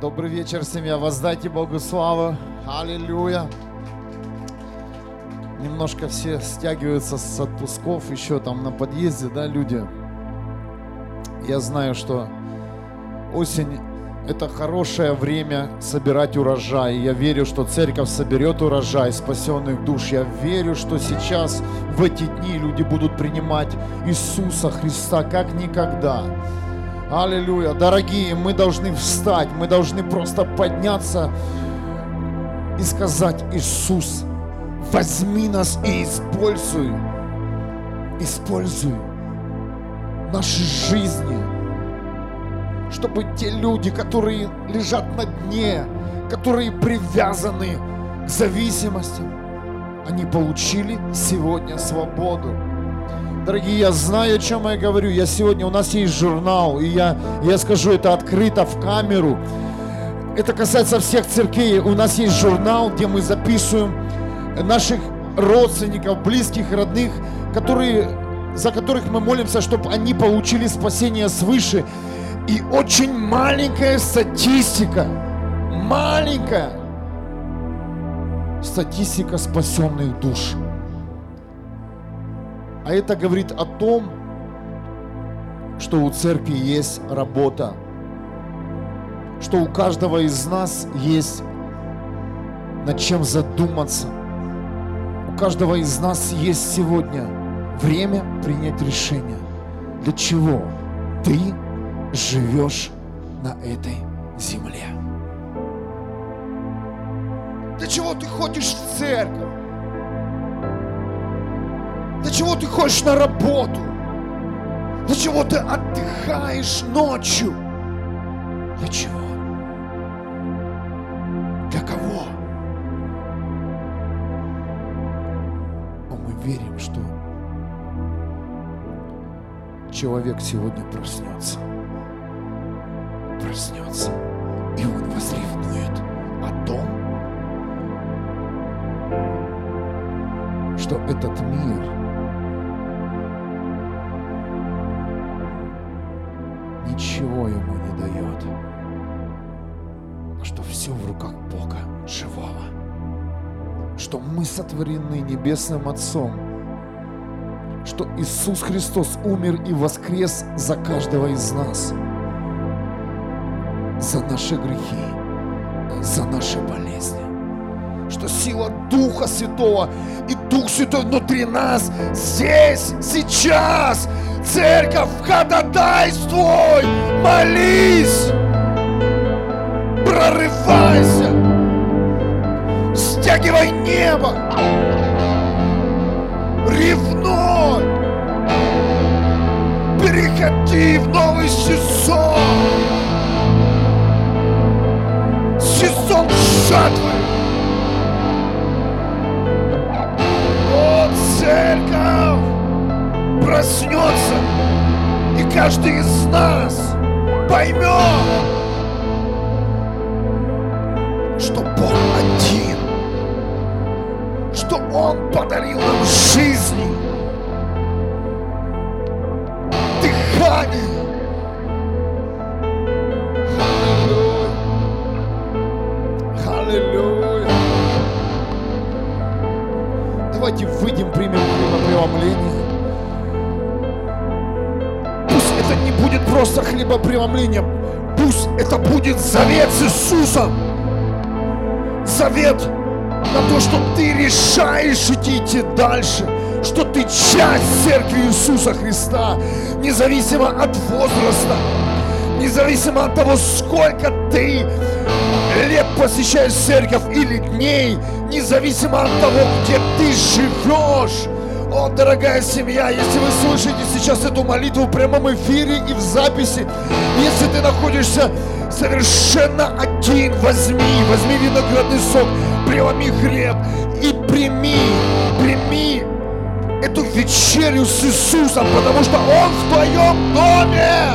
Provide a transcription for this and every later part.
Добрый вечер, семья. Воздайте Богу славу. Аллилуйя. Немножко все стягиваются с отпусков, еще там на подъезде, да, люди. Я знаю, что осень – это хорошее время собирать урожай. Я верю, что церковь соберет урожай спасенных душ. Я верю, что сейчас, в эти дни, люди будут принимать Иисуса Христа как никогда. Аллилуйя. Дорогие, мы должны встать, мы должны просто подняться и сказать: Иисус, возьми нас и используй наши жизни, чтобы те люди, которые лежат на дне, которые привязаны к зависимостям, они получили сегодня свободу. Дорогие, я знаю, о чем я говорю. У нас есть журнал, и я скажу это открыто в камеру. Это касается всех церквей. У нас есть журнал, где мы записываем наших родственников, близких, родных, за которых мы молимся, чтобы они получили спасение свыше. И очень маленькая статистика спасенных душ. А это говорит о том, что у церкви есть работа, что у каждого из нас есть над чем задуматься. У каждого из нас есть сегодня время принять решение, для чего ты живешь на этой земле. Для чего ты ходишь в церковь? Для чего ты ходишь на работу? Для чего ты отдыхаешь ночью? Для чего? Для кого? Но мы верим, что человек сегодня проснется, и он возревнует о том, что этот мир ничего ему не дает, а что все в руках Бога живого, что мы сотворены Небесным Отцом, что Иисус Христос умер и воскрес за каждого из нас, за наши грехи, за наши болезни, что сила Духа Святого и Дух Святой внутри нас здесь, сейчас. Церковь, ходатайствуй, молись, прорывайся, стягивай небо, ревнуй, переходи в новый сезон жатвы. О, церковь проснется, и каждый из нас поймет, что Бог один, что Он подарил нам жизнь, дыхание. Аллилуйя. Давайте выйдем, примем хлебопреломление. Это не будет просто хлебопреломление. Пусть это будет завет с Иисусом. Завет на то, что ты решаешь идти дальше. Что ты часть церкви Иисуса Христа. Независимо от возраста. Независимо от того, сколько ты лет посещаешь церковь или дней. Независимо от того, где ты живешь. О, дорогая семья, если вы слышите сейчас эту молитву в прямом эфире и в записи, если ты находишься совершенно один, возьми виноградный сок, преломи хлеб и прими эту вечерю с Иисусом, потому что Он в твоем доме.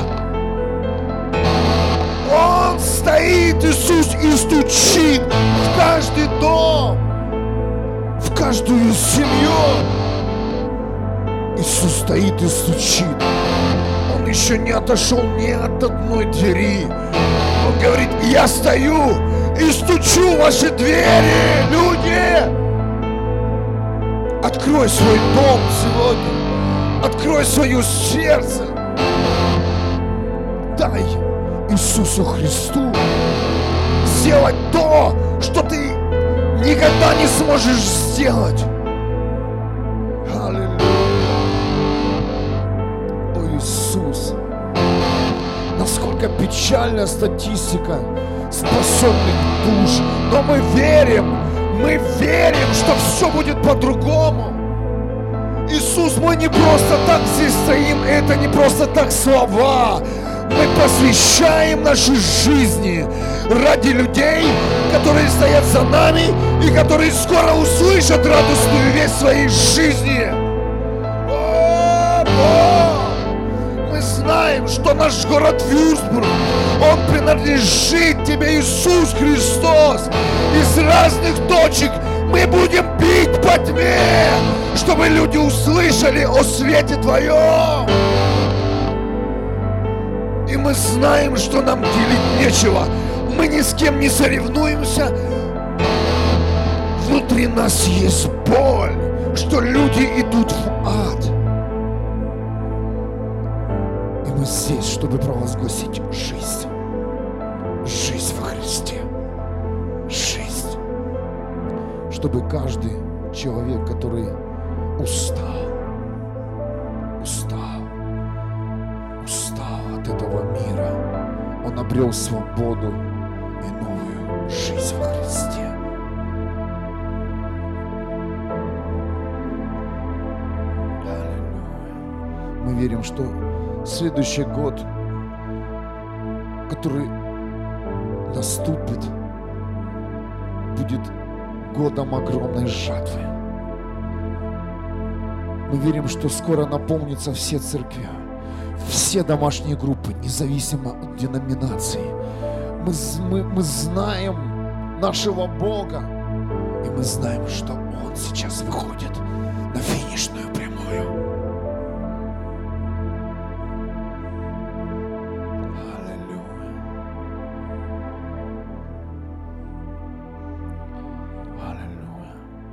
Он стоит, Иисус, и стучит в каждый дом, в каждую семью. Иисус стоит и стучит. Он еще не отошел ни от одной двери. Он говорит: я стою и стучу в ваши двери, люди. Открой свой дом сегодня. Открой свое сердце. Дай Иисусу Христу сделать то, что ты никогда не сможешь сделать. Аллилуйя. О, Иисус, насколько печальная статистика спасенных душ, но мы верим, что все будет по-другому. Иисус, мы не просто так здесь стоим, это не просто так слова. Мы посвящаем наши жизни ради людей, которые стоят за нами и которые скоро услышат радостную весть своей жизни. О, Бог! Мы знаем, что наш город Вюрцбург, он принадлежит Тебе, Иисус Христос. Из разных точек мы будем бить по тьме, чтобы люди услышали о свете Твоем. И мы знаем, что нам делить нечего. Мы ни с кем не соревнуемся. Внутри нас есть боль, что люди идут в ад. И мы здесь, чтобы провозгласить жизнь. Жизнь во Христе. Жизнь. Чтобы каждый человек, который устал от этого мира, он обрел свободу и новую жизнь во Христе. Аллилуйя. Мы верим, что следующий год, который наступит, будет годом огромной жатвы. Мы верим, что скоро наполнятся все церкви, все домашние группы, независимо от деноминации. Мы знаем нашего Бога, и мы знаем, что Он сейчас выходит на финишную прямую. Аллилуйя. Аллилуйя.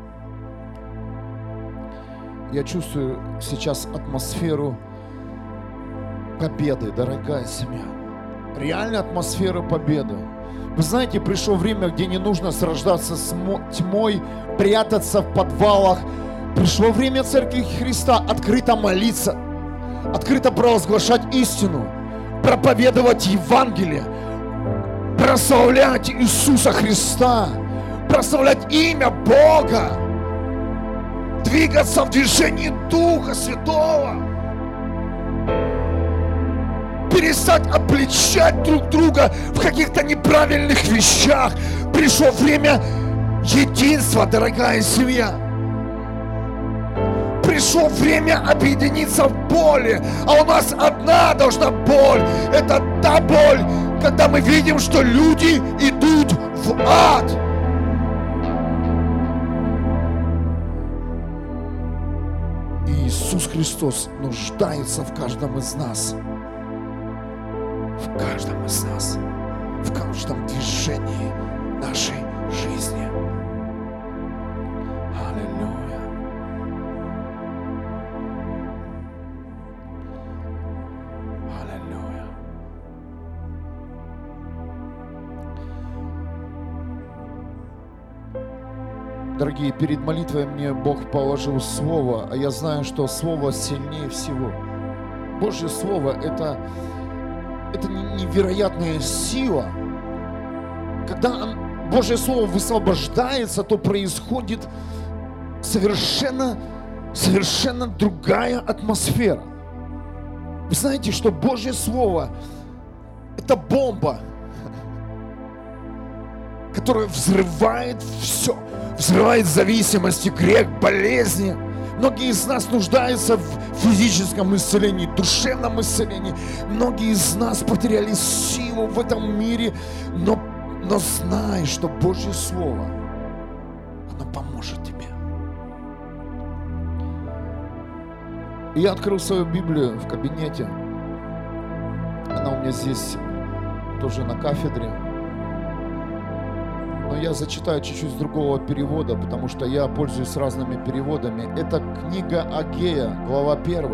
Я чувствую сейчас атмосферу победы, дорогая семья. Реальная атмосфера победы. Вы знаете, пришло время, где не нужно сражаться с тьмой, прятаться в подвалах. Пришло время Церкви Христа открыто молиться, открыто провозглашать истину, проповедовать Евангелие, прославлять Иисуса Христа, прославлять имя Бога, двигаться в движении Духа Святого. Перестать обличать друг друга в каких-то неправильных вещах. Пришло время единства, дорогая семья. Пришло время объединиться в боли. А у нас одна должна боль. Это та боль, когда мы видим, что люди идут в ад. И Иисус Христос нуждается в каждом из нас. В каждом из нас, в каждом движении нашей жизни. Аллилуйя. Аллилуйя. Дорогие, перед молитвой мне Бог положил Слово, а я знаю, что Слово сильнее всего. Божье Слово – это невероятная сила. Когда Божье Слово высвобождается, то происходит совершенно другая атмосфера. Вы знаете, что Божье Слово – это бомба, которая взрывает все. Взрывает зависимости, грех, болезни. Многие из нас нуждаются в физическом исцелении, душевном исцелении. Многие из нас потеряли силу в этом мире, но знай, что Божье Слово, оно поможет тебе. Я открыл свою Библию в кабинете. Она у меня здесь тоже на кафедре. Но я зачитаю чуть-чуть с другого перевода, потому что я пользуюсь разными переводами. Это книга Агея, глава 1.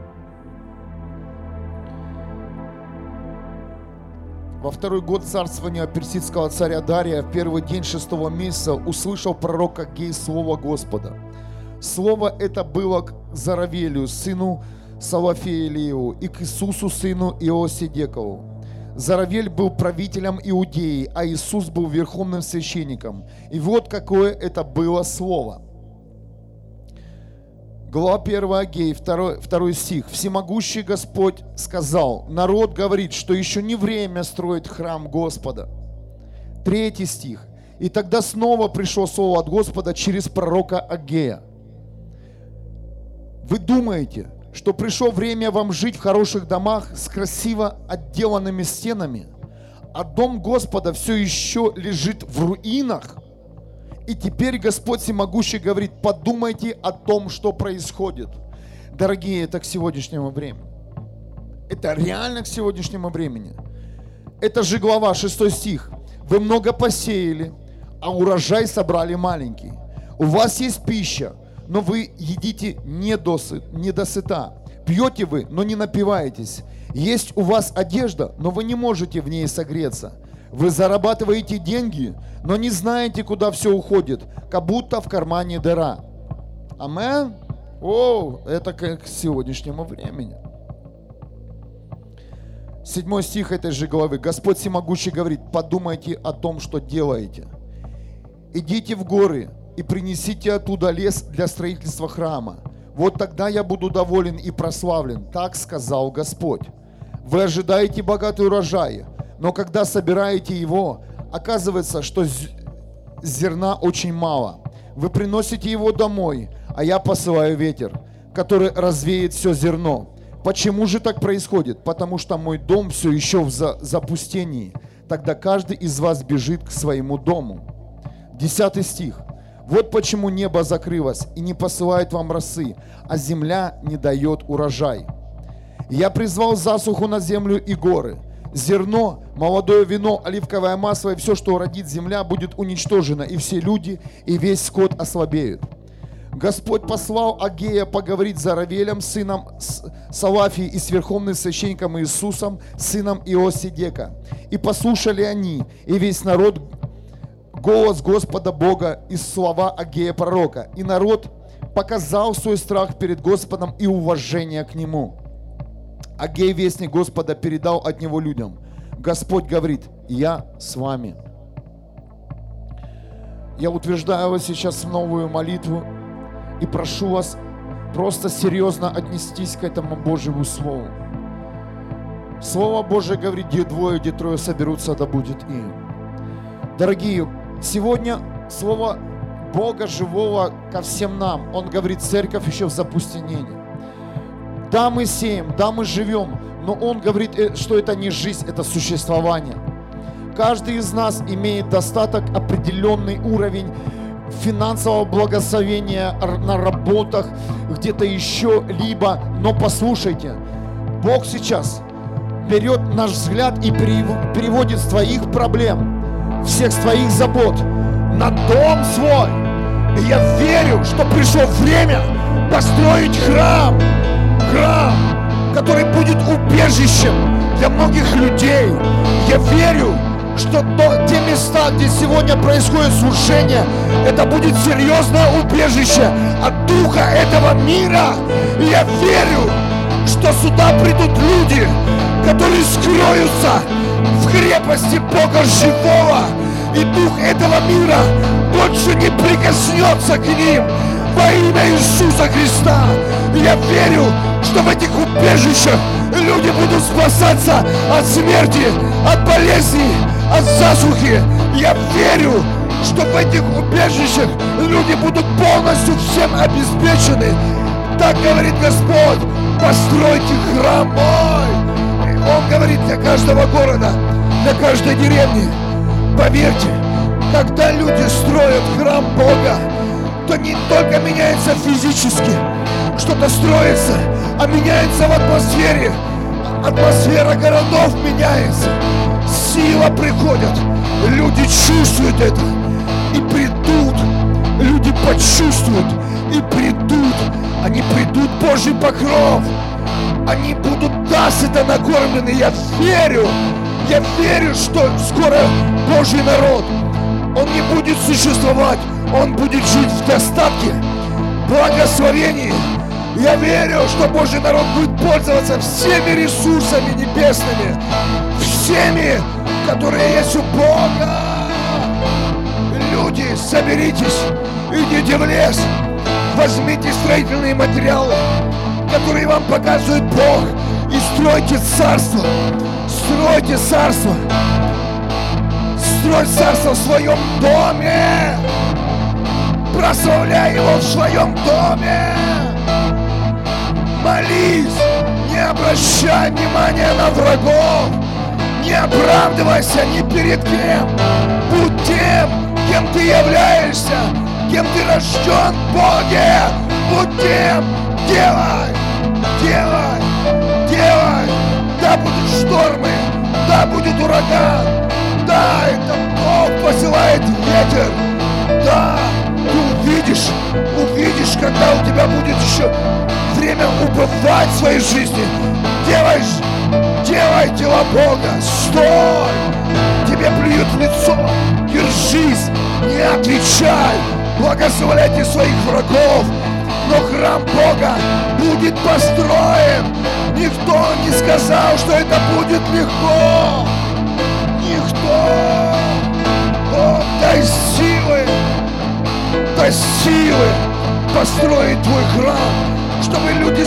Во второй год царствования персидского царя Дария, в первый день 6-го месяца, услышал пророк Агей слово Господа. Слово это было к Заравелию, сыну Салафиилеву, и к Иисусу, сыну Иосидекову. Заравель был правителем Иудеи, а Иисус был верховным священником. И вот какое это было слово. Глава 1 Агей, 2 стих. «Всемогущий Господь сказал, народ говорит, что еще не время строить храм Господа». 3 стих. «И тогда снова пришло слово от Господа через пророка Агея». Вы думаете, что пришло время вам жить в хороших домах с красиво отделанными стенами, а дом Господа все еще лежит в руинах? И теперь Господь Всемогущий говорит, подумайте о том, что происходит. Дорогие, это к сегодняшнему времени. Это реально к сегодняшнему времени. Это же глава 6 стих. Вы много посеяли, а урожай собрали маленький. У вас есть пища, но вы едите не досыта. Пьете вы, но не напиваетесь. Есть у вас одежда, но вы не можете в ней согреться. Вы зарабатываете деньги, но не знаете, куда все уходит, как будто в кармане дыра. Амен? О, это как к сегодняшнему времени. 7 стих этой же главы. Господь Всемогущий говорит, подумайте о том, что делаете. Идите в горы и принесите оттуда лес для строительства храма. Вот тогда я буду доволен и прославлен, так сказал Господь. Вы ожидаете богатый урожай, но когда собираете его, оказывается, что зерна очень мало. Вы приносите его домой, а я посылаю ветер, который развеет все зерно. Почему же так происходит? Потому что мой дом все еще в запустении. Тогда каждый из вас бежит к своему дому. 10 стих. Вот почему небо закрылось и не посылает вам росы, а земля не дает урожай. Я призвал засуху на землю и горы. Зерно, молодое вино, оливковое масло и все, что родит земля, будет уничтожено, и все люди, и весь скот ослабеют. Господь послал Агея поговорить с Заравелем, сыном Салафии, и с верховным священником Иисусом, сыном Иосидека. И послушали они, и весь народ, голос Господа Бога и слова Агея пророка. И народ показал свой страх перед Господом и уважение к Нему. Агей, вестник Господа, передал от него людям. Господь говорит, я с вами. Я утверждаю вас сейчас в новую молитву и прошу вас просто серьезно отнестись к этому Божьему Слову. Слово Божие говорит, где двое, где трое соберутся, да будет им. Дорогие, сегодня Слово Бога живого ко всем нам. Он говорит, церковь еще в запустении. Да, мы сеем, да, мы живем, но Он говорит, что это не жизнь, это существование. Каждый из нас имеет достаток, определенный уровень финансового благословения на работах, где-то еще либо. Но послушайте, Бог сейчас берет наш взгляд и переводит с твоих проблем, всех твоих забот на дом свой. И я верю, что пришло время построить храм, который будет убежищем для многих людей. Я верю, что те места, где сегодня происходит служение, это будет серьезное убежище от духа этого мира. И я верю, что сюда придут люди, которые скроются в крепости Бога живого, и дух этого мира больше не прикоснется к ним во имя Иисуса Христа. И я верю, что в этих убежищах люди будут спасаться от смерти, от болезней, от засухи. Я верю, что в этих убежищах люди будут полностью всем обеспечены. Так говорит Господь, постройте храм мой. И Он говорит для каждого города, для каждой деревни. Поверьте, когда люди строят храм Бога, то не только меняется физически, что-то строится, а меняется в атмосфере. Атмосфера городов меняется. сила приходит. Люди чувствуют это и придут. Люди почувствуют и придут. Они придут в Божий покров. Они будут досыта накормлены. Я верю, что скоро Божий народ, он не будет существовать, он будет жить в достатке, благословении. Я верю, что Божий народ будет пользоваться всеми ресурсами небесными, всеми, которые есть у Бога. Люди, соберитесь, идите в лес, возьмите строительные материалы, которые вам показывает Бог, и стройте царство. Стройте царство. Строй царство в своем доме. Прославляй его в своем доме. Молись, не обращай внимания на врагов. Не оправдывайся ни перед кем. Будь тем, кем ты являешься, кем ты рожден в Боге. Будь тем, делай. Да будут штормы, да будет ураган, да, это Бог посылает ветер, да, ты увидишь, когда у тебя будет еще время убывать в своей жизни. Делай дела Бога, стой, тебе плюют в лицо, держись, не отвечай, благословляйте своих врагов. Но храм Бога будет построен. Никто не сказал, что это будет легко. Никто. Бог, дай силы построить твой храм, чтобы люди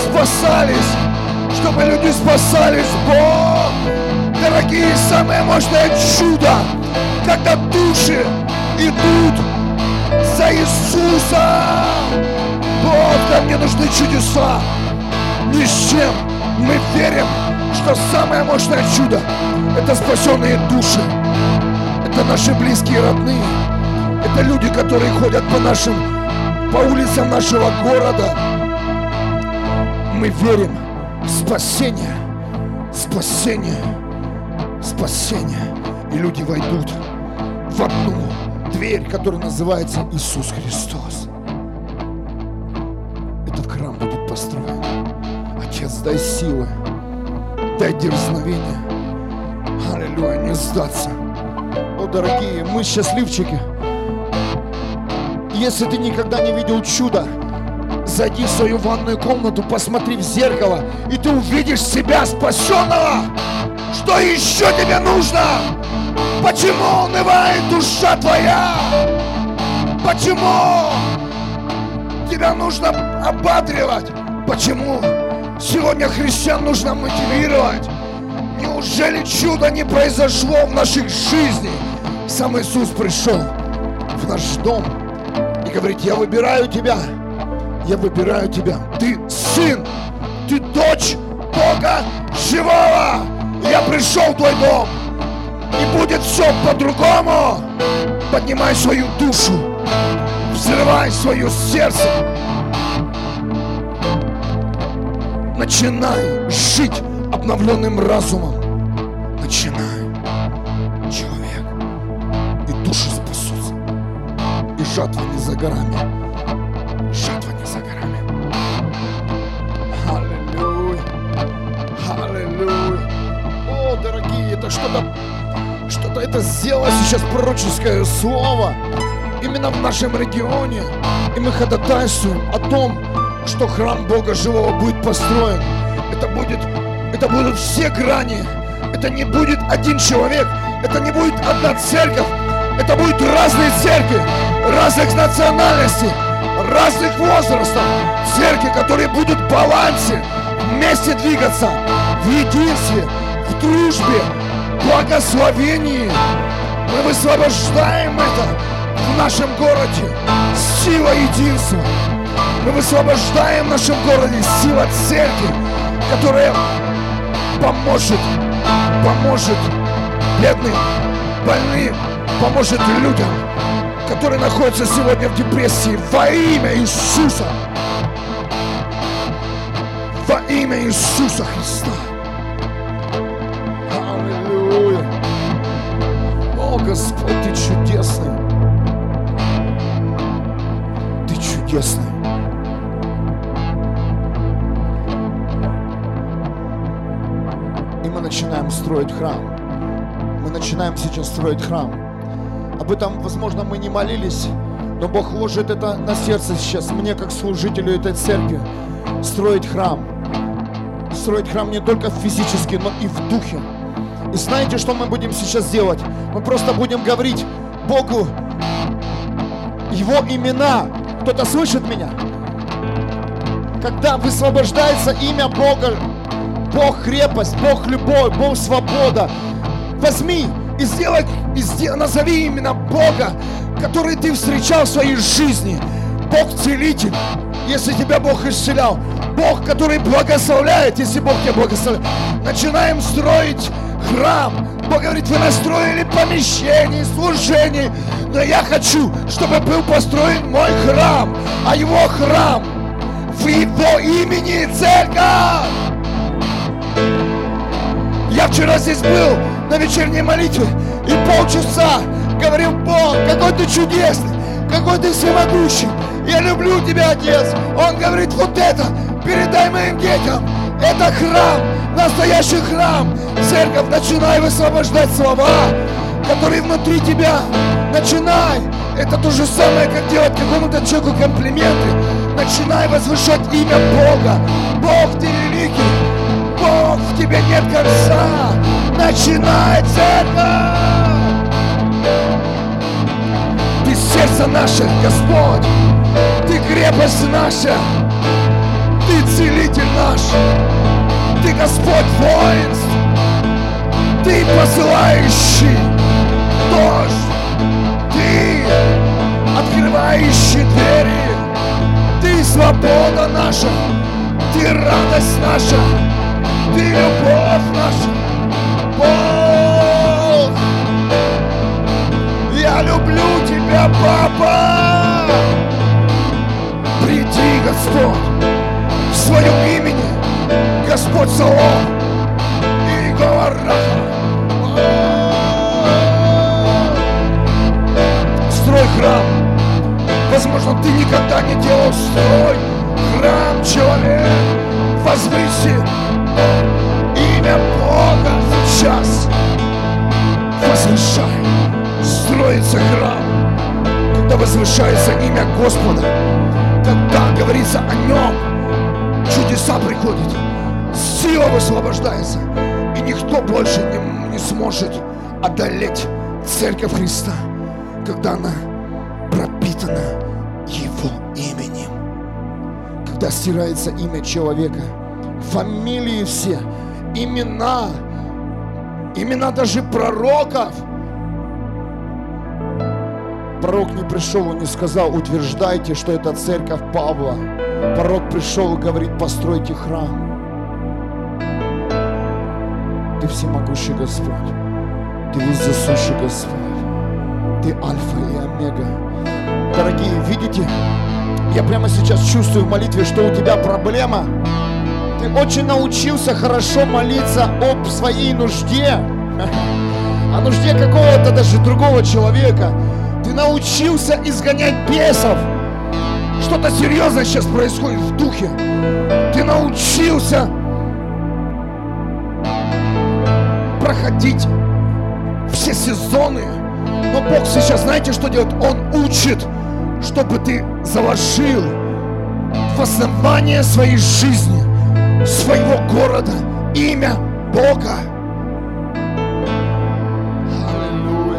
спасались. Бог, дорогие, самое мощное чудо, когда души идут за Иисусом. Бог, нам не нужны чудеса. Ни с чем. Мы верим, что самое мощное чудо — это спасенные души. Это наши близкие родные. Это люди, которые ходят по улицам нашего города. Мы верим в спасение. И люди войдут в одну дверь, которая называется Иисус Христос. Построен. Отец, дай силы, дай дерзновение. Аллилуйя, не сдаться. О, дорогие, мы счастливчики. Если ты никогда не видел чуда, зайди в свою ванную комнату, посмотри в зеркало, и ты увидишь себя спасенного. Что еще тебе нужно? Почему унывает душа твоя? Почему тебя нужно ободривать? Почему сегодня христиан нужно мотивировать? Неужели чудо не произошло в наших жизнях? Сам Иисус пришел в наш дом и говорит: я выбираю тебя. Ты сын, ты дочь Бога живого. Я пришел в твой дом, и будет все по-другому. Поднимай свою душу, взрывай свое сердце. Начинай жить обновленным разумом. Начинай, человек, и души спасутся. И жатва не за горами. Аллилуйя. О, дорогие, это что-то это сделало сейчас пророческое слово именно в нашем регионе. И мы ходатайствуем о том, что храм Бога живого будет построен. Это будут все грани. Это не будет один человек. Это не будет одна церковь. Это будут разные церкви, разных национальностей, разных возрастов. Церкви, которые будут в балансе, вместе двигаться, в единстве, в дружбе, в благословении. Мы высвобождаем это в нашем городе. Сила единства. Мы высвобождаем в нашем городе сила церкви, которая поможет бедным, больным, поможет людям, которые находятся сегодня в депрессии, во имя Иисуса. Во имя Иисуса Христа. Аллилуйя. Господь, Ты чудесный. Ты чудесный. И мы начинаем строить храм. Мы начинаем сейчас строить храм. Об этом, возможно, мы не молились, но Бог ложит это на сердце сейчас, мне, как служителю этой церкви, строить храм. Строить храм не только физически, но и в духе. И знаете, что мы будем сейчас делать? Мы просто будем говорить Богу Его имена. Кто-то слышит меня? Когда высвобождается имя Бога, Бог крепость, Бог любовь, Бог свобода, возьми и назови именно Бога, который ты встречал в своей жизни. Бог целитель, если тебя Бог исцелял. Бог, который благословляет, если Бог тебя благословляет. Начинаем строить храм. Бог говорит, вы настроили помещение, служение, но я хочу, чтобы был построен мой храм, а его храм в его имени церковь. Я вчера здесь был на вечерней молитве и полчаса говорил: Бог, какой ты чудесный, какой ты всемогущий, я люблю тебя, Отец. Он говорит: вот это передай моим детям, это храм, настоящий храм. Церковь, начинай высвобождать слова, которые внутри тебя. Начинай. Это то же самое, как делать какому-то человеку комплименты. Начинай возвышать имя Бога. Бог, ты великий. Бог, в тебе нет конца. Начинай, церковь. Ты сердце наше, Господь. Ты крепость наша. Ты целитель наш. Ты Господь воинств. Ты посылающий дождь. Ты открывающий двери. Ты свобода наша. Ты радость наша. Ты любовь наша. Бог, я люблю тебя, Папа. Приди, Господь, в своем имени, Господь Саваоф, и Рафа. Строй храм. Возможно, ты никогда не делал. Строй храм, человек. Возвыси имя Бога сейчас. Возвышай. Строится храм. Когда возвышается имя Господа, когда говорится о нем, чудеса приходят, сила высвобождается, и никто больше не сможет одолеть Церковь Христа, когда она пропитана Его именем. Когда стирается имя человека, фамилии все, имена даже пророков. Пророк не пришел и не сказал: утверждайте, что это церковь Павла. Пророк пришел и говорит: постройте храм. Ты всемогущий Господь. Ты вездесущий Господь. Ты Альфа и Омега. Дорогие, видите, я прямо сейчас чувствую в молитве, что у тебя проблема. Ты очень научился хорошо молиться об своей нужде, о нужде какого-то даже другого человека. Ты научился изгонять бесов. Что-то серьезное сейчас происходит в духе. Ты научился проходить все сезоны. Но Бог сейчас, знаете, что делает? Он учит, чтобы ты заложил в основание своей жизни, своего города, имя Бога. Аллилуйя.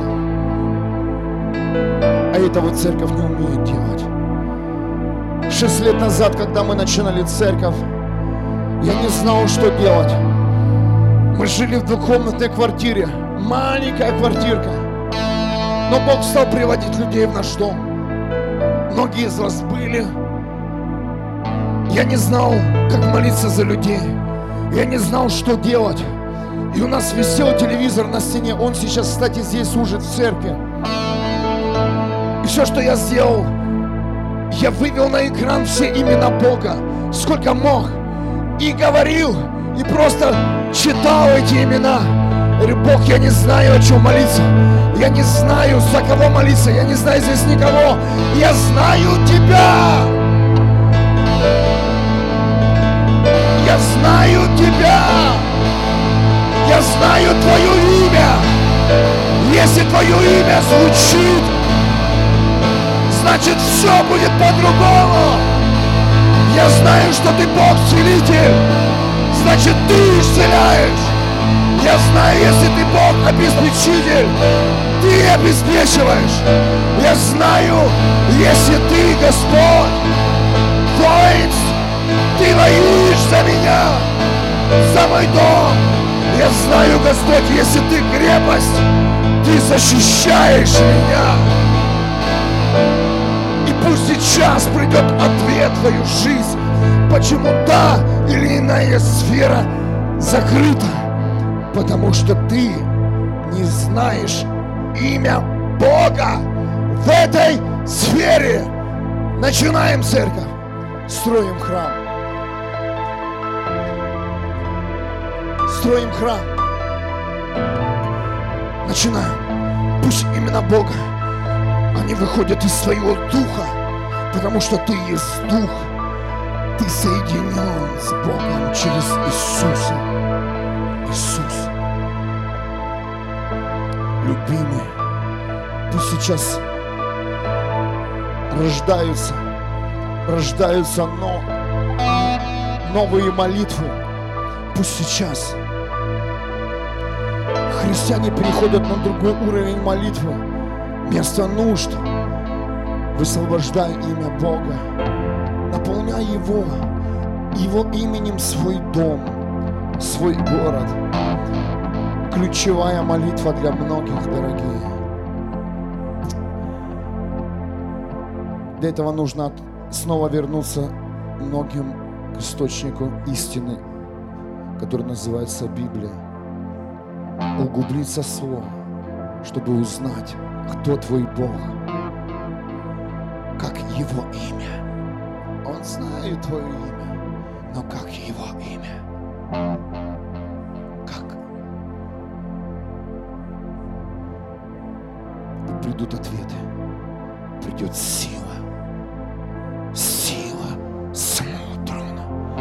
А этого церковь не умеет делать. 6 лет назад, когда мы начинали церковь, я не знал, что делать. Мы жили в двухкомнатной квартире, маленькая квартирка. Но Бог стал приводить людей в наш дом. Многие из вас были. Я не знал, как молиться за людей. Я не знал, что делать. И у нас висел телевизор на стене. Он сейчас, кстати, здесь служит в церкви. И все, что я сделал, я вывел на экран все имена Бога, сколько мог. И говорил, и просто читал эти имена. Говорю: Бог, я не знаю, о чем молиться. Я не знаю, за кого молиться. Я не знаю здесь никого. Я знаю Тебя. Я знаю Тебя. Я знаю Твое имя. Если Твое имя звучит, значит все будет по-другому. Я знаю, что Ты Бог-целитель. Значит, Ты исцеляешь. Я знаю, если Ты Бог-обеспечитель, Ты обеспечиваешь. Я знаю, если Ты Господь, воинств, Ты воюешь за меня, за мой дом. Я знаю, Господь, если Ты крепость, Ты защищаешь меня. И пусть сейчас придет ответ в твою жизнь, почему та или иная сфера закрыта. Потому что ты не знаешь имя Бога в этой сфере. Начинаем, церковь. Строим храм. Строим храм. Начинаем. Пусть имена Бога, они выходят из своего духа, потому что ты есть дух. Ты соединен с Богом через Иисуса. Иисус, любимый, пусть сейчас рождаются новые молитвы. Пусть сейчас христиане переходят на другой уровень молитвы. Вместо нужд высвобождай имя Бога, наполняй Его именем свой дом, свой город. Ключевая молитва для многих, дорогие. Для этого нужно снова вернуться многим к источнику истины, который называется Библия. Углубиться в Слово, чтобы узнать, кто твой Бог, как Его имя. Он знает твое имя, но как Его имя? Как? И придут ответы, придет сила самого трона.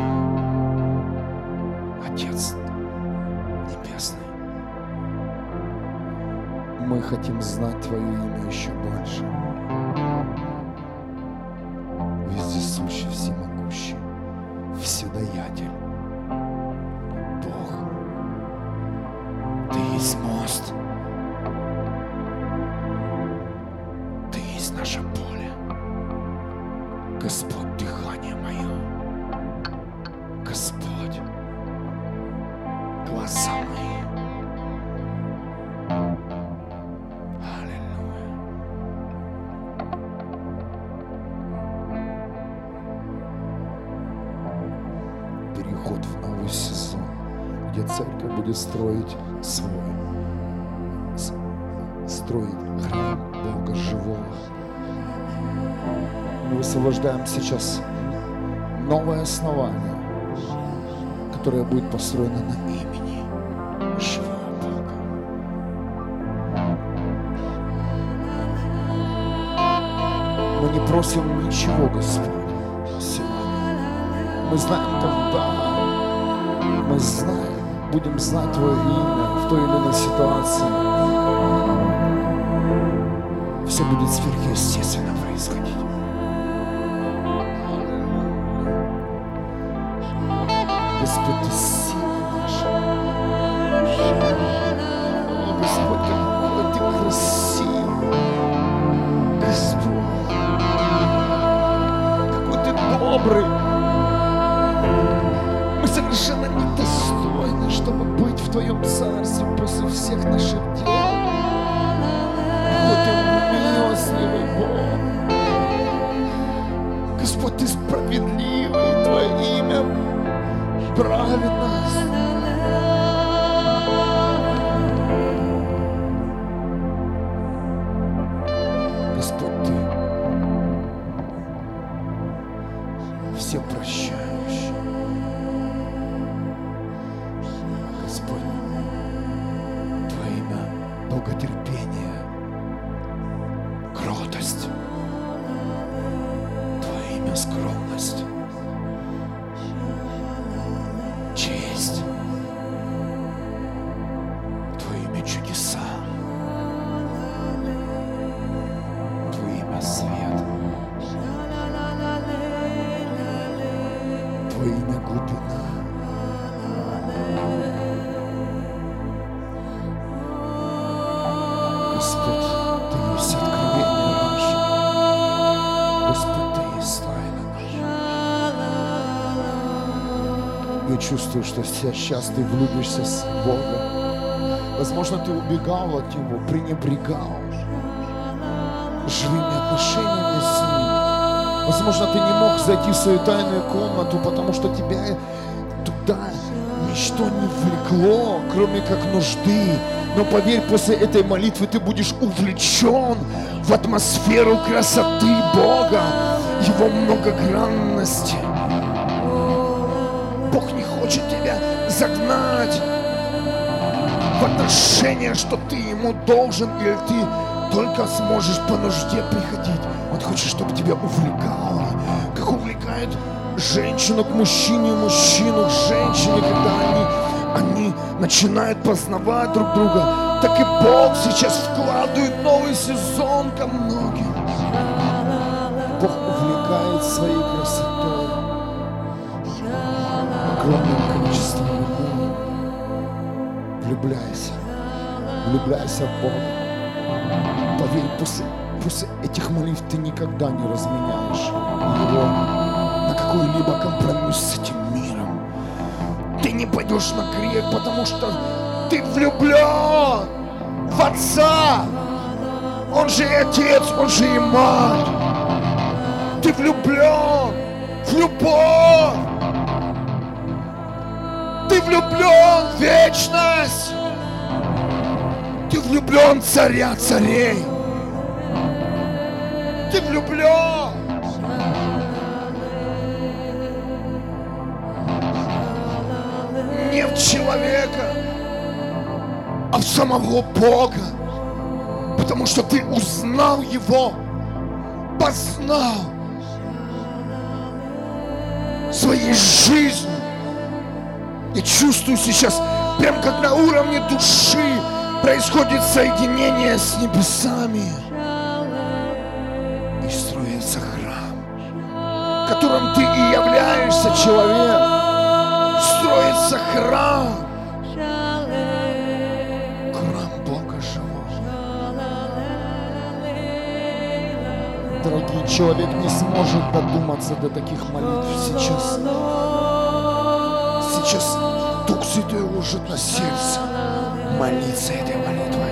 Отец Небесный, мы хотим знать Твое имя еще больше. Вездесущий, всемогущий, вседаятель, Бог. Ты есть мост. Ты есть наше поле. Господь, дыхание мое. Господь, глаза мои. Аллилуйя. Переход в новый сезон, где церковь будет строить храм Бога живого. Мы высвобождаем сейчас новое основание, которое будет построено на имени живого Бога. Мы не просим ничего, Господь, сегодня. Мы знаем, когда мы будем знать Твое имя в той или иной ситуации, все будет сверхъестественно происходить. Господь, Ты сила наша. О, Господь, какой Ты красивый. Господь, какой Ты добрый. Мы совершенно недостойны, чтобы быть в Твоем царстве после всех наших дел. Какой Ты милостивый Бог. Господь, Ты справедливый, Твое имя праведность. Господь, Ты все прощающий. Господь, долготерпение, кротость, Твое имя скромность, честь, Твое имя чудеса, Твое имя свет, Твое имя глубина. Господь, Ты есть откровение наше. Господь, Ты есть тайна наша. Я чувствую, что сейчас Ты влюбишься в Бога. Возможно, Ты убегал от Него, пренебрегал живыми отношениями с Ним. Возможно, Ты не мог зайти в свою тайную комнату, потому что тебя туда ничто не влекло, кроме как нужды. Но поверь, после этой молитвы ты будешь увлечен в атмосферу красоты Бога, Его многогранности. Бог не хочет тебя загнать в отношения, что ты Ему должен, или ты только сможешь по нужде приходить. Он хочет, чтобы тебя увлекало, как увлекает женщину к мужчине, мужчину к женщине, когда они начинают познавать друг друга. Так и Бог сейчас вкладывает новый сезон ко многим. Бог увлекает своей красотой, огромным количеством людей. Влюбляйся в Бога. Поверь, после этих молитв ты никогда не разменяешь Его на какой-либо компромисс с этим миром. Ты не пойдешь на грех, потому что ты влюблен в Отца. Он же и Отец, Он же и Мать. Ты влюблен в любовь. Ты влюблен в вечность. Ты влюблен в Царя царей. Ты влюблен. Не в человека, а в самого Бога. Потому что ты узнал Его, познал своей жизнью. Я чувствую сейчас, прям как на уровне души, происходит соединение с небесами. И строится храм, в котором ты и являешься, человек. Строится храм. Храм Бога живого. Дорогой человек не сможет додуматься до таких молитв сейчас. Сейчас Дух Святой ложит на сердце молиться этой молитвой.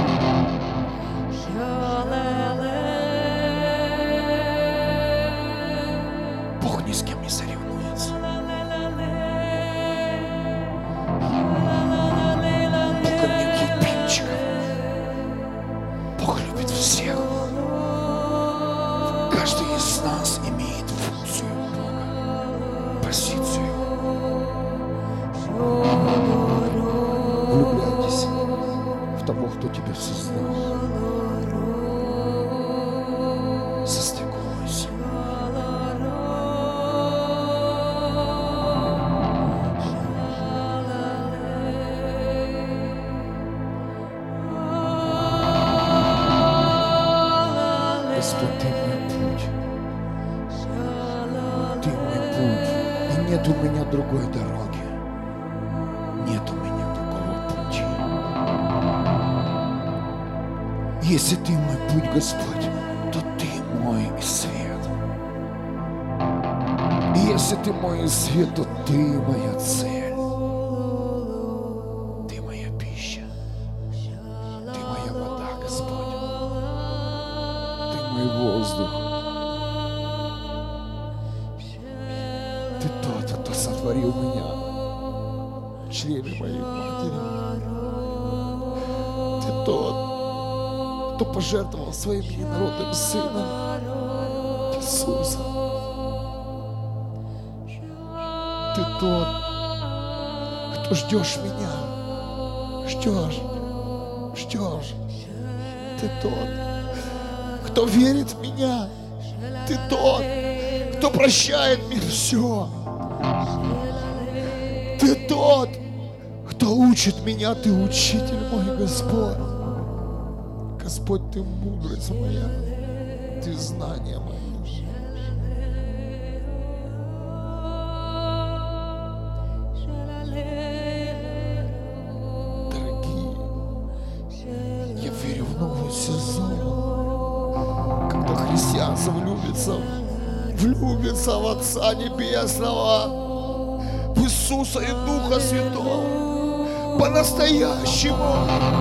Бог ни с кем не соревнуется. Бог нет любимчиков. Бог любит всех. Каждый из нас имеет функцию Бога, позицию. Влюбляйтесь в того, кто тебя создал. Состыкуйся. Господь, Ты мой путь. Ты мой путь. И нет у меня другой дороги. Нет у меня другого пути. Если Ты мой путь, Господь, то Ты мой свет. И если Ты мой свет, то Ты моя цель. Ты моя пища. Ты моя вода, Господь. Ты мой воздух. Ты тот, кто сотворил меня в чреве моей матери. Ты тот, кто пожертвовал своим единородным сыном Иисусом. Ты тот, кто ждешь меня. Ждешь. Ты тот, кто верит в меня. Ты тот, кто прощает мне все. Ты тот, кто учит меня. Ты учитель мой, Господь. Господь, Ты мудрость моя. Ты знание мое. Дорогие, я верю в новый сезон, когда христианство влюбится в Отца Небесного, в Иисуса и Духа Святого, по-настоящему.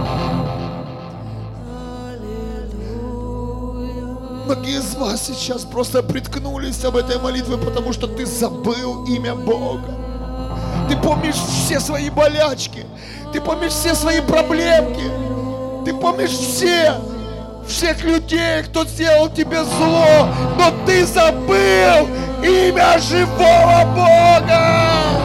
Многие из вас сейчас просто приткнулись об этой молитве, потому что ты забыл имя Бога. Ты помнишь все свои болячки, ты помнишь все свои проблемки, ты помнишь всех людей, кто сделал тебе зло, но ты забыл имя живого Бога,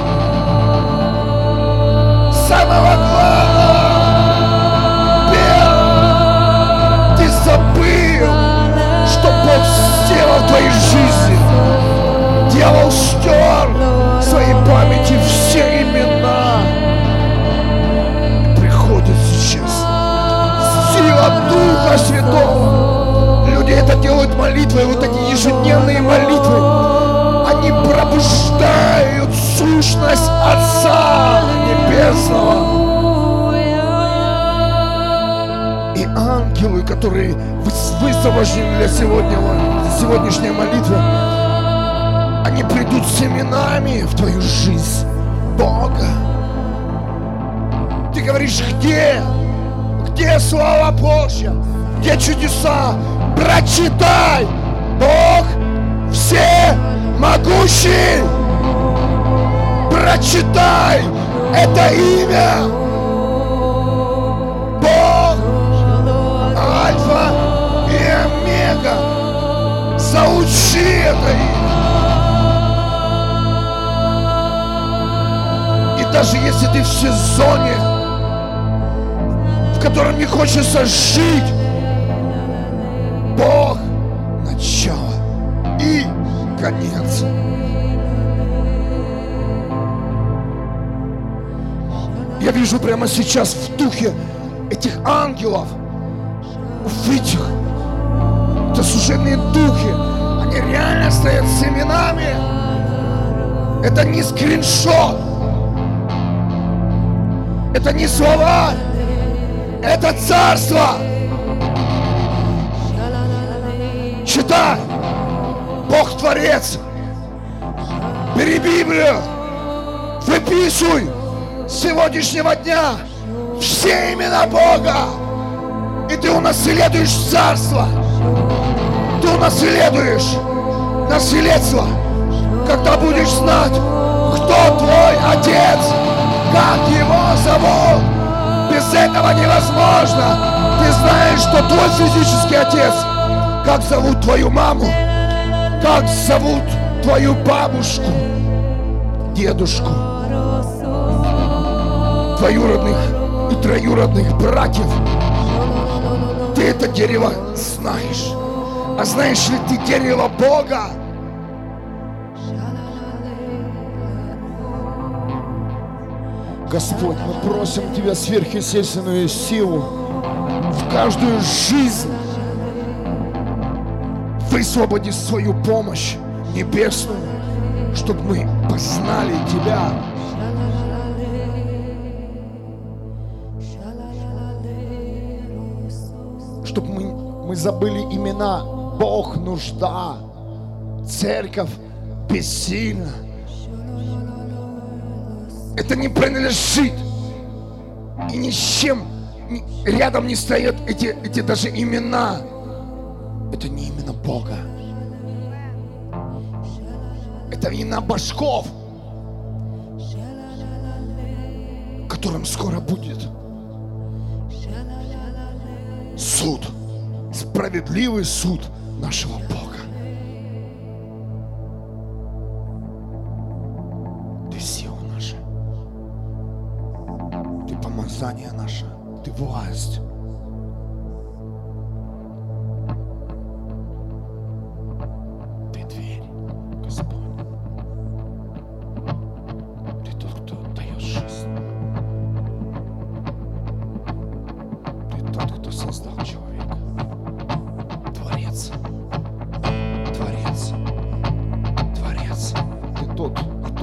самого главного, первого. Ты забыл, что Бог сделал в твоей жизни. Дьявол стер в своей памяти все имена. Приходит сейчас сила Духа Святого. Люди это делают молитвой, вот эти ежедневные молитвы. Они пробуждают сущность Отца Небесного. И ангелы, которые высвобождены для сегодняшней молитвы, они придут с именами в твою жизнь Бога. Ты говоришь, где слава Божья? Где чудеса? Прочитай! Бог всемогущий! Прочитай это имя! Бог Альфа и Омега! Заучи это имя! И даже если ты в сезоне, в котором не хочется жить, Бог — начало и конец. Я вижу прямо сейчас в духе этих ангелов, в этих, это служебные духи, они реально стоят с именами. Это не скриншот, это не слова, это царство. Читай, Бог Творец. Бери Библию, выписывай с сегодняшнего дня все имена Бога, и ты унаследуешь царство. Ты унаследуешь наследство, когда будешь знать, кто твой отец, как его зовут. Без этого невозможно. Ты знаешь, что твой физический отец, как зовут твою маму, как зовут твою бабушку, дедушку, двоюродных и троюродных братьев. Ты это дерево знаешь. А знаешь ли ты дерево Бога? Господь, мы просим Тебя сверхъестественную силу в каждую жизнь. Высвободи свою помощь небесную, чтобы мы познали Тебя. Чтобы мы забыли имена. Бог — нужда, церковь — бессильна. Это не принадлежит. И ни с чем рядом не стоят эти даже имена. Это не имена Бога. Это имена башков, которым скоро будет суд, справедливый суд нашего Бога. Ты сила наша, Ты помазание наше, Ты власть.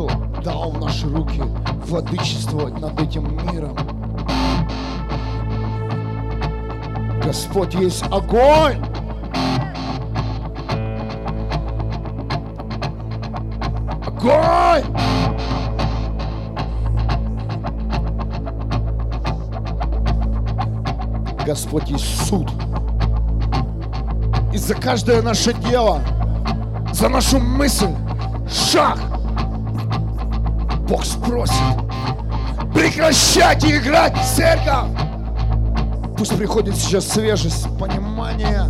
кто дал в наши руки владычествовать над этим миром. Господь есть огонь. Огонь! Господь есть суд. И за каждое наше дело, за нашу мысль, шаг, Бог спросит: прекращайте играть в церковь! Пусть приходит сейчас свежесть, понимание.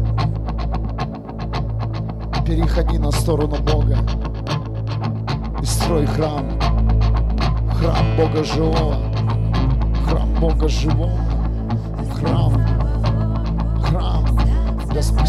Переходи на сторону Бога и строй храм. Храм Бога живого. Храм Бога живого. Храм. Господь.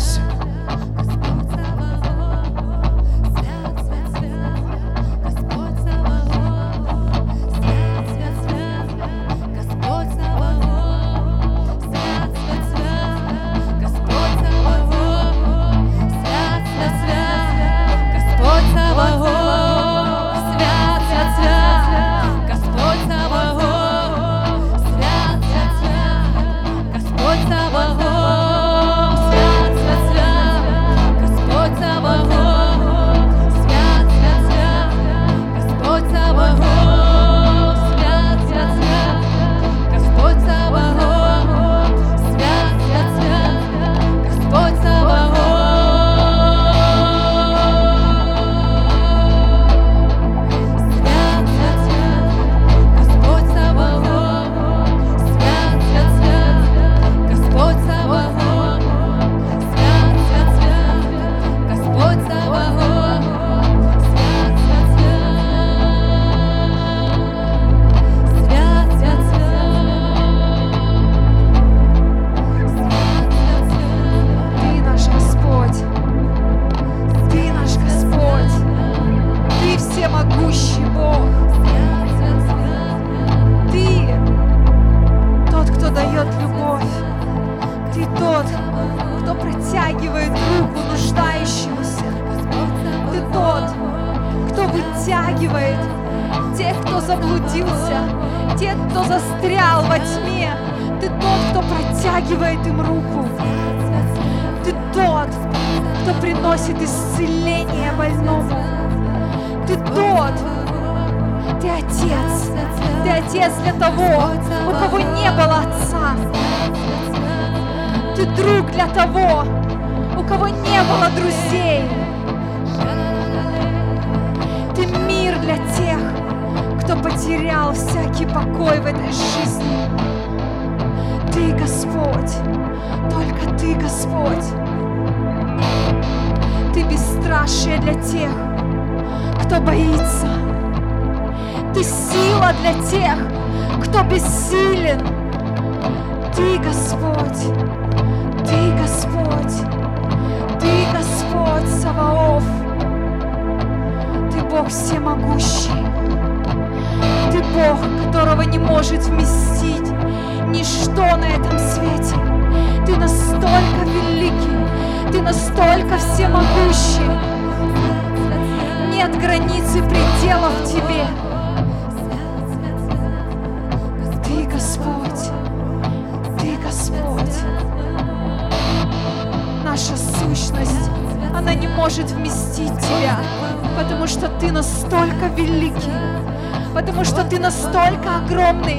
Потому что ты настолько огромный.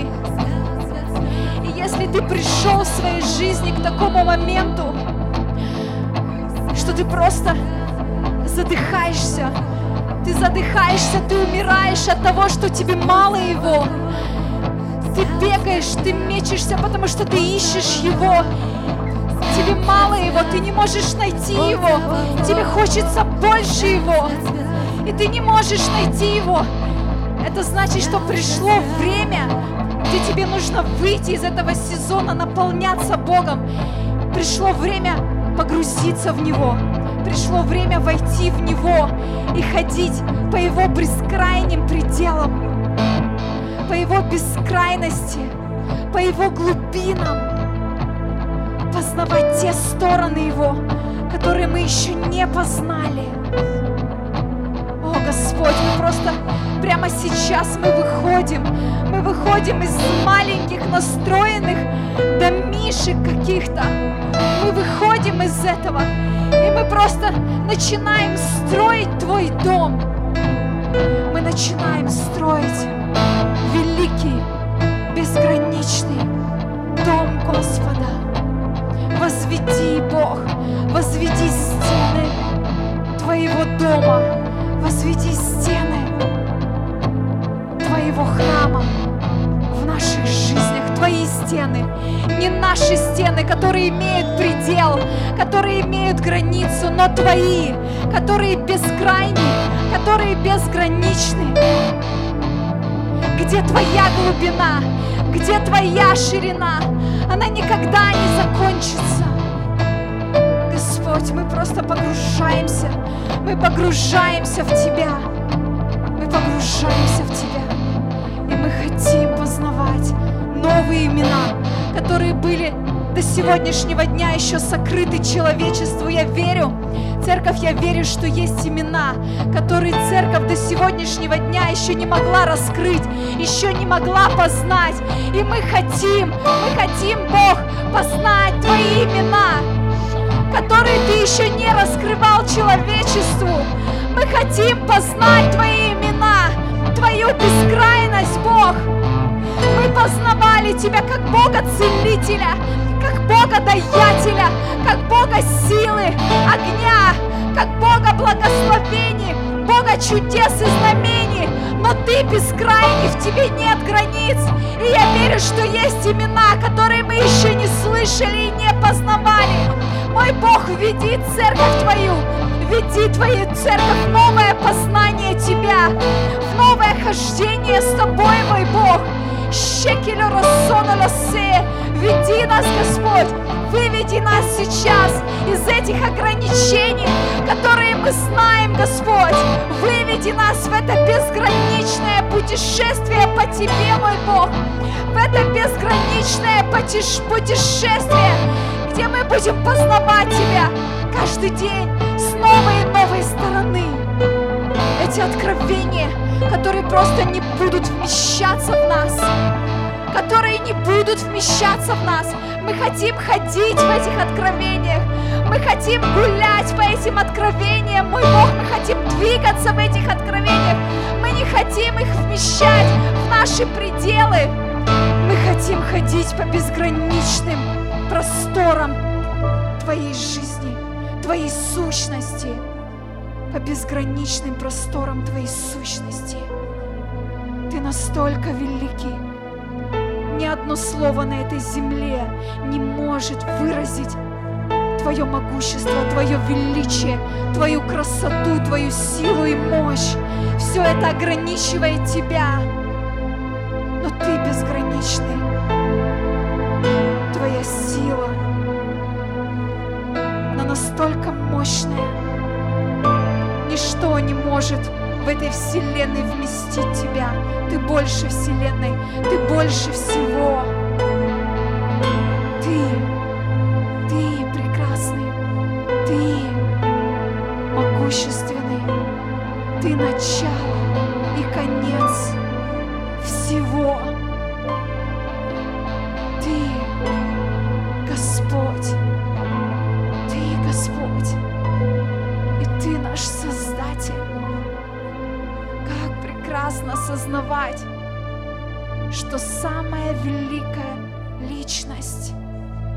И если ты пришел в своей жизни к такому моменту, что ты просто задыхаешься, ты умираешь от того, что тебе мало Его. Ты бегаешь, ты мечешься, потому что ты ищешь Его. Тебе мало Его, ты не можешь найти Его. Тебе хочется больше Его, и ты не можешь найти Его. Это значит, что пришло время, где тебе нужно выйти из этого сезона, наполняться Богом. Пришло время погрузиться в Него. Пришло время войти в Него и ходить по Его бескрайним пределам, по Его бескрайности, по Его глубинам, познавать те стороны Его, которые мы еще не познали. О, Господь, мы просто прямо сейчас мы выходим из маленьких настроенных домишек каких-то. Мы выходим из этого, и мы просто начинаем строить Твой дом. Мы начинаем строить великий, безграничный дом Господа. Возведи, Бог, возведи стены Твоего дома, возведи стены Твоего храма в наших жизнях, Твои стены, не наши стены, которые имеют предел, которые имеют границу, но Твои, которые бескрайние, которые безграничны. Где Твоя глубина, где Твоя ширина, она никогда не закончится. Господь, мы просто погружаемся в Тебя, мы погружаемся в Тебя, и мы хотим познавать новые имена, которые были до сегодняшнего дня еще сокрыты человечеству. Я верю, церковь, я верю, что есть имена, которые церковь до сегодняшнего дня еще не могла раскрыть, еще не могла познать. И мы хотим, Бог, познать Твои имена, которые Ты еще не раскрывал человечеству. Мы хотим познать Твои имена, Твою бескрайность, Бог. Мы познавали Тебя как Бога-целителя, как Бога-даятеля, как Бога силы, огня, как Бога благословений, Бога чудес и знамений. Но Ты бескрайний, в Тебе нет границ. И я верю, что есть имена, которые мы еще не слышали и не познавали. Мой Бог, веди церковь Твою, веди Твою церковь в новое познание Тебя, в новое хождение с Тобой, мой Бог. Веди нас, Господь, выведи нас сейчас из этих ограничений, которые мы знаем, Господь. Выведи нас в это безграничное путешествие по Тебе, мой Бог, в это безграничное путешествие, где мы будем познавать Тебя каждый день с новой и новой стороны. Эти откровения, которые просто не будут вмещаться в нас, которые не будут вмещаться в нас. Мы хотим ходить в этих откровениях, мы хотим гулять по этим откровениям, мой Бог, мы хотим двигаться в этих откровениях, мы не хотим их вмещать в наши пределы. Мы хотим ходить по безграничным просторам Твоей жизни, Твоей сущности, по безграничным просторам Твоей сущности. Ты настолько великий. Ни одно слово на этой земле не может выразить Твое могущество, Твое величие, Твою красоту, Твою силу и мощь. Все это ограничивает Тебя. Но Ты безграничный. Твоя сила, она настолько мощная. Ничто не может в этой вселенной вместить Тебя. Ты больше вселенной, Ты больше всего. Ты прекрасный, Ты могущественный, Ты начало и конец всего. Ты Господь, Ты Господь, и Ты наш Создатель. Как прекрасно осознавать, что самая великая личность —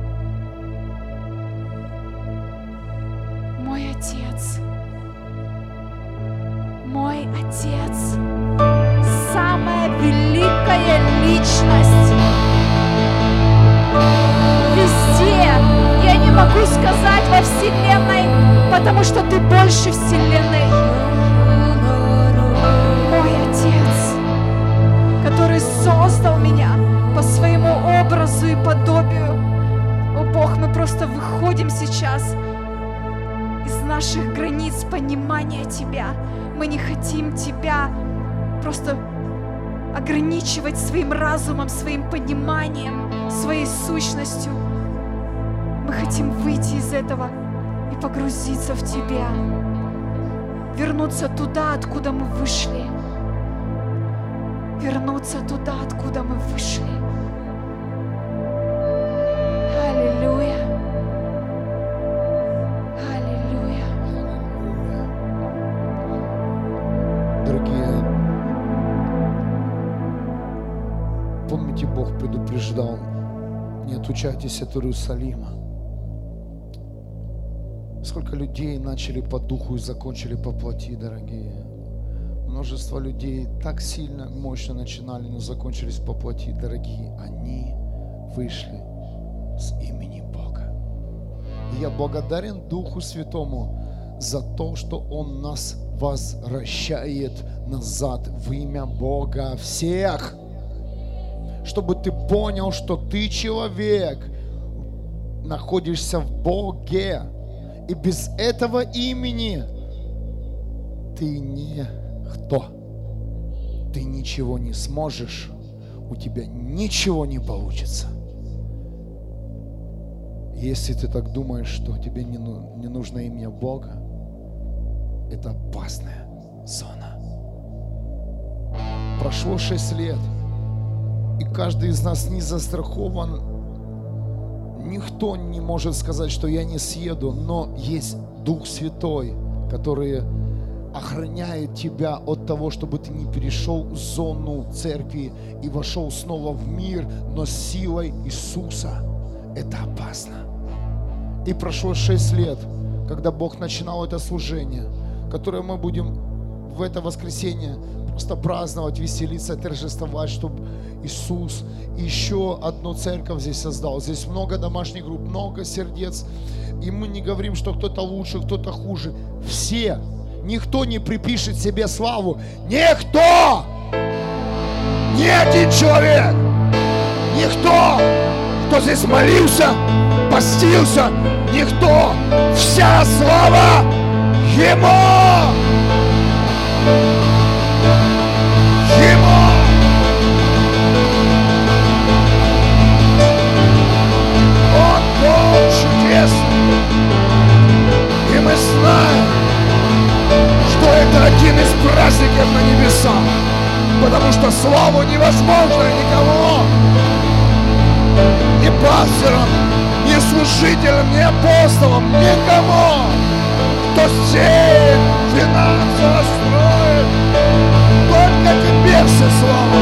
мой Отец. Мой Отец — самая великая личность везде. Я не могу сказать во Вселенной, потому что Ты больше Вселенной. Мой Отец, который создал меня по своему образу и подобию. О Бог, мы просто выходим сейчас из наших границ понимания Тебя. Мы не хотим Тебя просто ограничивать своим разумом, своим пониманием, своей сущностью. Мы хотим выйти из этого и погрузиться в Тебя, вернуться туда, откуда мы вышли. вернуться туда, откуда мы вышли. Аллилуйя. Аллилуйя. Дорогие, помните, Бог предупреждал: не отлучайтесь от Иерусалима. Сколько людей начали по духу и закончили по плоти, дорогие. Множество людей так сильно, мощно начинали, но закончились по плоти, дорогие. Они вышли с имени Бога. И я благодарен Духу Святому за то, что Он нас возвращает назад в имя Бога всех. Чтобы ты понял, что ты человек, находишься в Боге. И без этого имени ты никто. Ты ничего не сможешь. У тебя ничего не получится. Если ты так думаешь, что тебе не нужно имя Бога, это опасная зона. Прошло 6 лет, и каждый из нас не застрахован. Никто не может сказать, что я не съеду, но есть Дух Святой, который охраняет тебя от того, чтобы ты не перешел зону церкви и вошел снова в мир, но с силой Иисуса. Это опасно. И прошло 6 лет, когда Бог начинал это служение, которое мы будем в это воскресенье просто праздновать, веселиться, торжествовать, чтобы Иисус еще одну церковь здесь создал. Здесь много домашних групп, много сердец. И мы не говорим, что кто-то лучше, кто-то хуже. Все. Никто не припишет себе славу. Никто! Ни один человек! Никто! Кто здесь молился, постился, никто! Вся слава Ему! Ему! Он Бог чудесный. И мы знаем, что это один из праздников на небесах. Потому что славу невозможно никому. Ни пасторам, ни служителям, ни апостолам, никому. Кто сеет, финансово строит, только тебе все слава,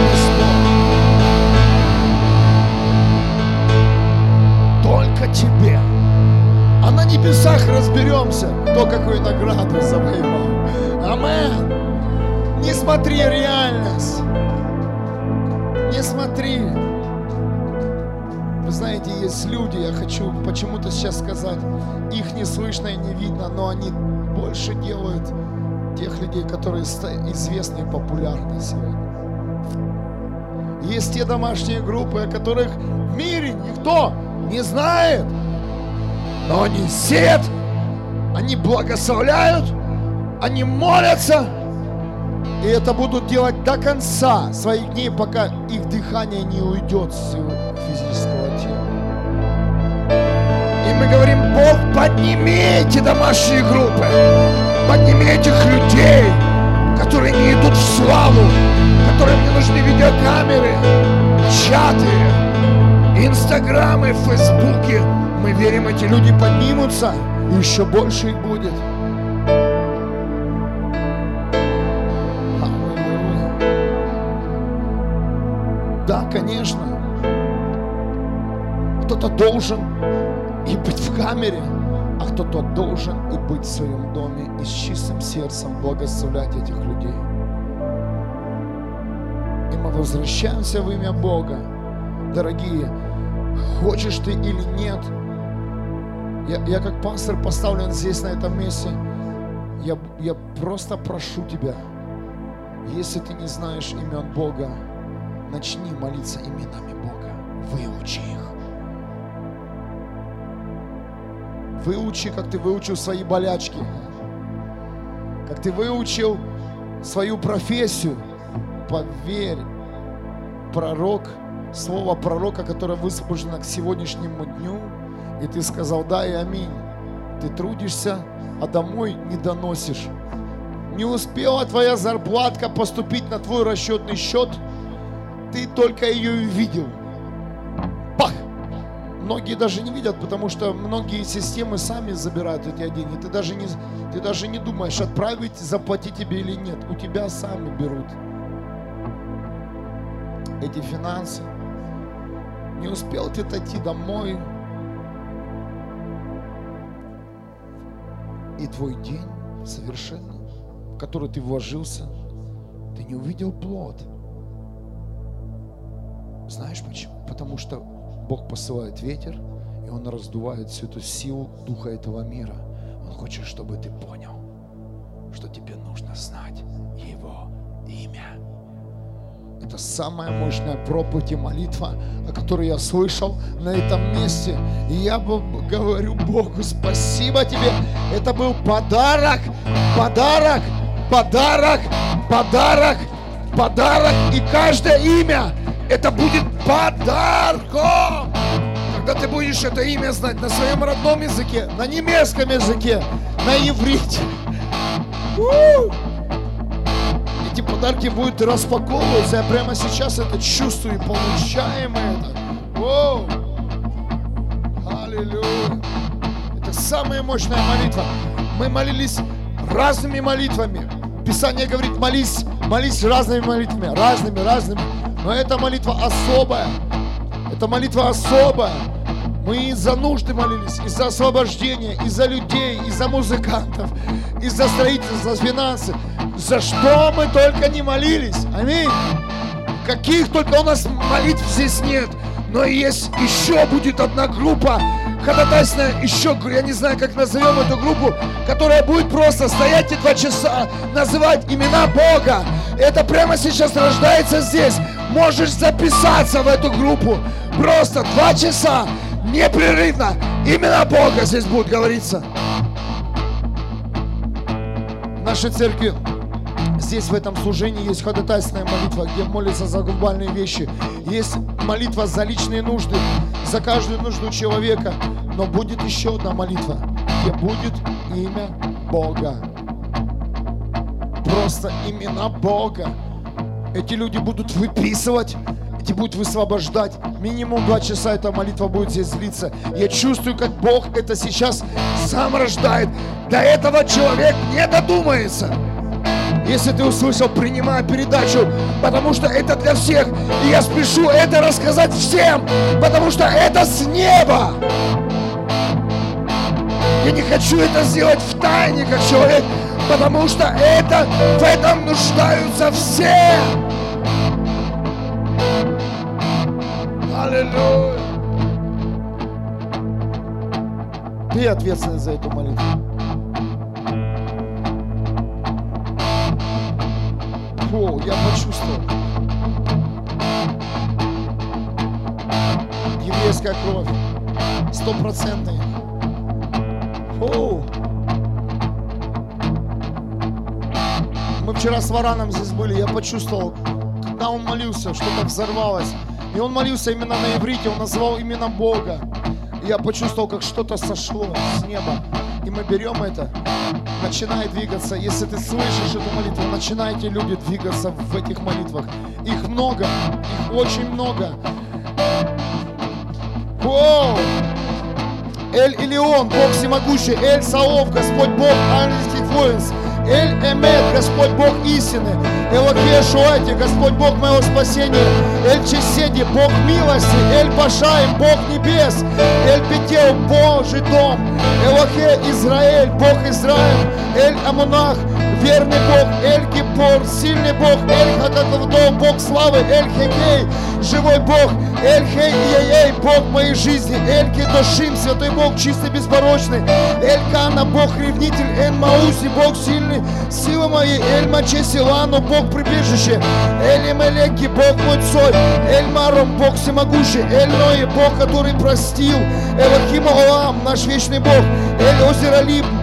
Господь. Только тебе. А на небесах разберемся, кто какую награду завоевал. Амен. Не смотри реальность. Не смотри. Вы знаете, есть люди, я хочу почему-то сейчас сказать, их не слышно и не видно, но они больше делают тех людей, которые известны и популярны сегодня. Есть те домашние группы, о которых в мире никто не знает, но они сеют, они благословляют, они молятся, и это будут делать до конца своих дней, пока их дыхание не уйдет с физического тела. И мы говорим: Бог, подними эти домашние группы, подними этих людей, которые не идут в славу, которым не нужны видеокамеры, чаты, инстаграмы, фейсбуки. Мы верим, эти люди поднимутся, и еще больше их будет. Да, конечно. Кто-то должен и быть в камере, а кто-то должен и быть в своем доме и с чистым сердцем благословлять этих людей. И мы возвращаемся в имя Бога. Дорогие, хочешь ты или нет, я как пастор поставлен здесь, на этом месте, я просто прошу тебя, если ты не знаешь имен Бога, начни молиться именами Бога. Выучи их. Выучи, как ты выучил свои болячки. Как ты выучил свою профессию. Поверь, пророк, слово пророка, которое высвобождено к сегодняшнему дню, и ты сказал да и аминь. Ты трудишься, а домой не доносишь. Не успела твоя зарплатка поступить на твой расчетный счет, Ты только ее и видел. Пах! Многие даже не видят, потому что многие системы сами забирают эти деньги. Ты даже не думаешь, отправить, заплатить тебе или нет. У тебя сами берут эти финансы. Не успел ты дойти домой, и твой день совершенный, в который ты вложился, ты не увидел плод. Знаешь почему? Потому что Бог посылает ветер, и Он раздувает всю эту силу духа этого мира. Он хочет, чтобы ты понял, что тебе нужно знать Его имя. Это самая мощная проповедь и молитва, о которой я слышал на этом месте. И я говорю Богу, спасибо тебе. Это был подарок, подарок, подарок, подарок, подарок. И каждое имя, это будет подарком. Когда ты будешь это имя знать на своем родном языке, на немецком языке, на иврите. Эти подарки будут распаковываться. Я прямо сейчас это чувствую и получаем это. Воу! Аллилуйя! Это самая мощная молитва. Мы молились разными молитвами. Писание говорит, молись разными молитвами. Разными. Но эта молитва особая. Это молитва особая. Мы и за нужды молились, и за освобождение, и за людей, и за музыкантов, и за строительство, за финансы. За что мы только не молились. Аминь. Каких только у нас молитв здесь нет. Но есть еще будет одна группа ходатайственная, еще, я не знаю, как назовем эту группу, которая будет просто стоять и 2 часа называть имена Бога. Это прямо сейчас рождается здесь. Можешь записаться в эту группу. Просто 2 часа непрерывно имена Бога здесь будут говориться. В нашей церкви здесь в этом служении есть ходатайственная молитва, где молятся за глобальные вещи. Есть молитва за личные нужды, за каждую нужду человека. Но будет еще одна молитва, где будет имя Бога. Просто имена Бога. Эти люди будут выписывать, эти будут высвобождать. Минимум 2 часа эта молитва будет здесь длиться. Я чувствую, как Бог это сейчас сам рождает. До этого человек не додумается. Если ты услышал, принимай передачу, потому что это для всех. И я спешу это рассказать всем, потому что это с неба. Я не хочу это сделать в тайне, как человек, потому что в этом нуждаются все. Аллилуйя. Ты ответственный за эту молитву. О, я почувствовал. Еврейская кровь. 100%. О. Мы вчера с Вараном здесь были, я почувствовал, когда он молился, что-то взорвалось. И он молился именно на иврите, он называл именно Бога. И я почувствовал, как что-то сошло с неба. И мы берем это, начинай двигаться. Если ты слышишь эту молитву, начинайте, люди, двигаться в этих молитвах. Их много, их очень много. Воу! Эль-Илион, Бог всемогущий, Эль-Саов, Господь Бог ангельских воинств, Эль-Эмет, Господь Бог истины, Элокея Шуати, Господь Бог моего спасения, Эль-Чеседи, Бог милости, Эль-Пашаим, Бог небес, Эль-Петел, Божий дом, Элокея Израиль, Бог Израиль, Эль-Амунах, верный Бог, Эль-Кипор, сильный Бог, Эль-Хататавдом, Бог славы, Эль-Хекей, живой Бог, Эль-Хей-Ей, Бог моей жизни, Эль-Кедошим, святой Бог, чистый, безпорочный, Эль-Кана, Бог ревнитель, Эль-Мауси, Бог сильный, сила моей, Эль-Маче Силану, Бог прибежище, Эль-Эмелеки, Бог мой царь, Эль-Маром, Бог всемогущий, Эль-Ное, Бог, который простил, Элохим Олам, наш вечный Бог, Эль-Озералим,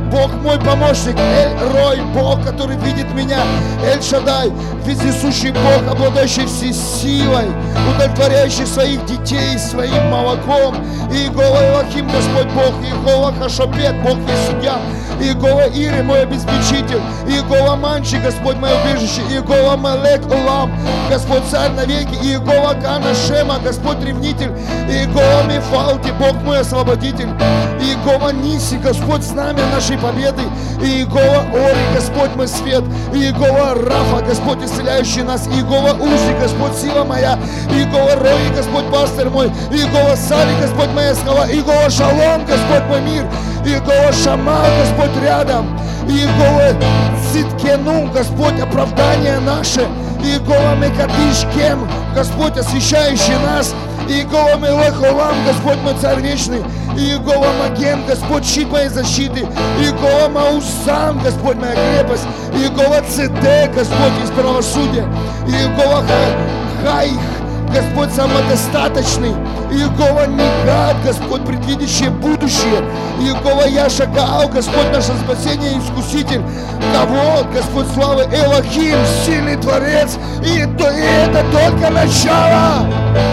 Бог мой помощник, Эль-Рой, Бог, который видит меня, Эль-Шадай, вездесущий Бог, обладающий всей силой, удовлетворяющий своих детей своим молоком. Иегова Элохим, Господь Бог, Иегова Хашапет, Бог есть судья, Иегова Ири, мой обеспечитель, Иегова Манчи, Господь мое убежище, Иегова Мелек Улам, Господь царь навеки, Иегова Кана Шема, Господь ревнитель, Иегова Мефалти, Бог мой освободитель, Иегова Ниси, Господь знамя нашей победы, Иегова Ори, Господь мой свет, Иегова Рафа, Господь исцеляющий нас, Иегова Узи, Господь сила моя, Иегова Рои, Господь пастырь мой, Иегова Сали, Господь моя скала, Иегова Шалом, Господь мой мир, Иегова Шама, Господь рядом, Иегова Циткену, Господь оправдание наше, Иегова Мекадиш Кем, Господь освящающий нас, Иегова Мелех Олам, Господь мой царь вечный, Иегова Маген, Господь щит моей защиты, Иегова Маусам, Господь моя крепость, Иегова Цедек, Господь из правосудия, Иегова Хайх, Господь самодостаточный, Иегова Нигад, Господь предвидящее будущее, Иегова Яшагау, Господь наше спасение и искуситель, Кавод, Господь славы, Элохим, сильный Творец, и это только начало.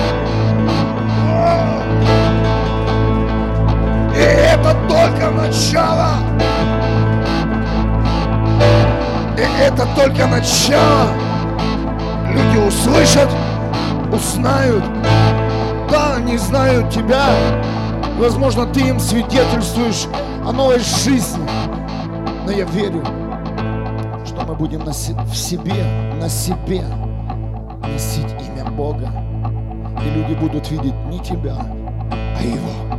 И это только начало. И это только начало. Люди услышат, узнают. Да, они знают тебя. Возможно, ты им свидетельствуешь о новой жизни. Но я верю, что мы будем на себе носить имя Бога. И люди будут видеть не тебя, а Его.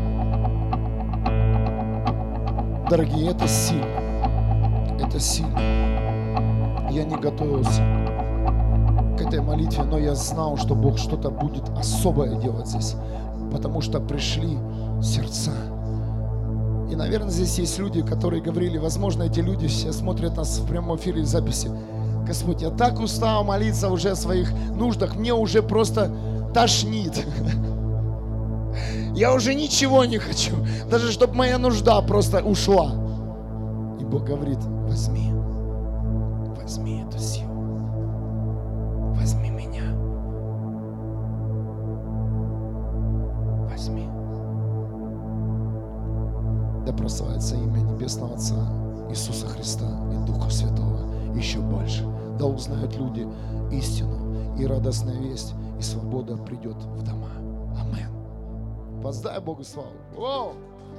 Дорогие, это сильно. Это сильно. Я не готовился к этой молитве, но я знал, что Бог что-то будет особое делать здесь, потому что пришли сердца. И, наверное, здесь есть люди, которые говорили, возможно, эти люди все смотрят нас в прямом эфире записи. Господь, я так устал молиться уже о своих нуждах, мне уже просто тошнит. Я уже ничего не хочу, даже чтобы моя нужда просто ушла. И Бог говорит, возьми эту силу, возьми меня, возьми. Да прославится имя Небесного Отца, Иисуса Христа и Духа Святого еще больше. Да узнают люди истину, и радостная весть, и свобода придет в дома. Аминь. Воздай Богу славу. Воу!